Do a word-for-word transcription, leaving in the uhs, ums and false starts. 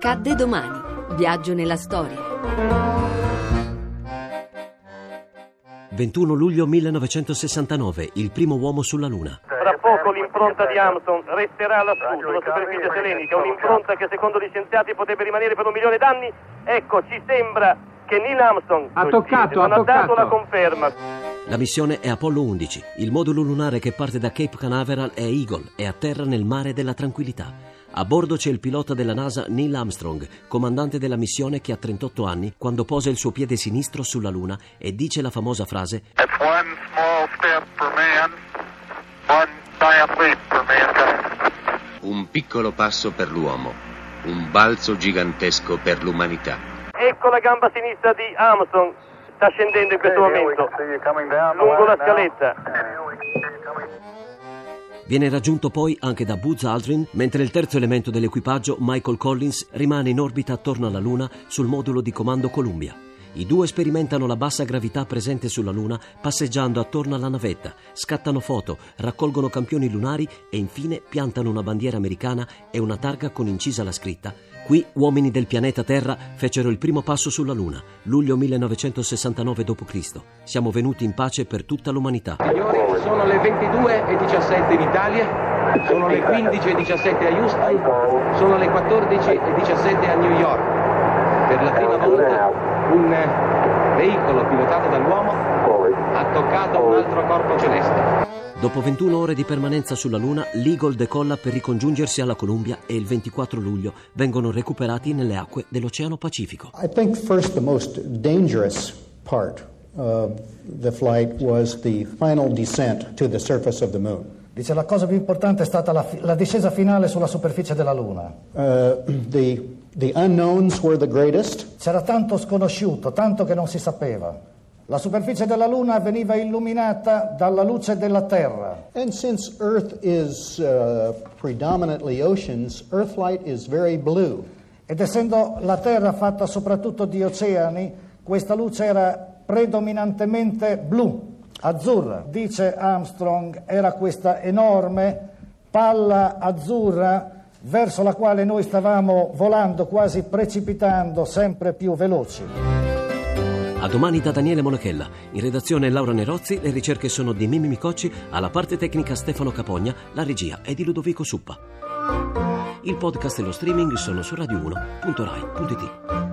Accadde domani. Viaggio nella storia. ventuno luglio millenovecentosessantanove, il primo uomo sulla Luna. Tra poco l'impronta di Armstrong resterà lassù, sulla superficie selenica, un'impronta che secondo gli scienziati potrebbe rimanere per un milione d'anni. Ecco, ci sembra che Neil Armstrong ha toccato, non ha, ha toccato. dato la conferma. La missione è Apollo undici. Il modulo lunare che parte da Cape Canaveral è Eagle e atterra nel mare della tranquillità. A bordo c'è il pilota della NASA Neil Armstrong, comandante della missione, che ha trentotto anni quando posa il suo piede sinistro sulla Luna e dice la famosa frase: That's one small step for man, one giant leap for mankind. Un piccolo passo per l'uomo, un balzo gigantesco per l'umanità. Ecco la gamba sinistra di Armstrong, sta scendendo in questo momento lungo la scaletta. Viene raggiunto poi anche da Buzz Aldrin, mentre il terzo elemento dell'equipaggio, Michael Collins, rimane in orbita attorno alla Luna sul modulo di comando Columbia. I due sperimentano la bassa gravità presente sulla Luna passeggiando attorno alla navetta, scattano foto, raccolgono campioni lunari e infine piantano una bandiera americana e una targa con incisa la scritta: qui uomini del pianeta Terra fecero il primo passo sulla Luna, luglio millenovecentosessantanove dopo Cristo Siamo venuti in pace per tutta l'umanità. Signori, sono le ventidue e diciassette in Italia, sono le quindici e diciassette a Houston, sono le quattordici e diciassette a New York. Per la prima volta un veicolo pilotato dall'uomo ha toccato un altro corpo celeste. Dopo ventuno ore di permanenza sulla Luna, l'Eagle decolla per ricongiungersi alla Columbia e il ventiquattro luglio vengono recuperati nelle acque dell'Oceano Pacifico. I think first the most dangerous part of the flight was the final descent to the surface of the moon. Dice la cosa più importante è stata la, la discesa finale sulla superficie della Luna. Uh, the, the unknowns were the greatest. C'era tanto sconosciuto, tanto che non si sapeva. La superficie della Luna veniva illuminata dalla luce della Terra. And since Earth is uh, predominantly oceans, Earthlight is very blue. Ed essendo la Terra fatta soprattutto di oceani, questa luce era predominantemente blu. Azzurra, dice Armstrong, era questa enorme palla azzurra verso la quale noi stavamo volando, quasi precipitando, sempre più veloci. A domani da Daniele Monachella. In redazione Laura Nerozzi, le ricerche sono di Mimmi Micocci, alla parte tecnica Stefano Capogna, la regia è di Ludovico Suppa. Il podcast e lo streaming sono su radio uno punto rai punto it.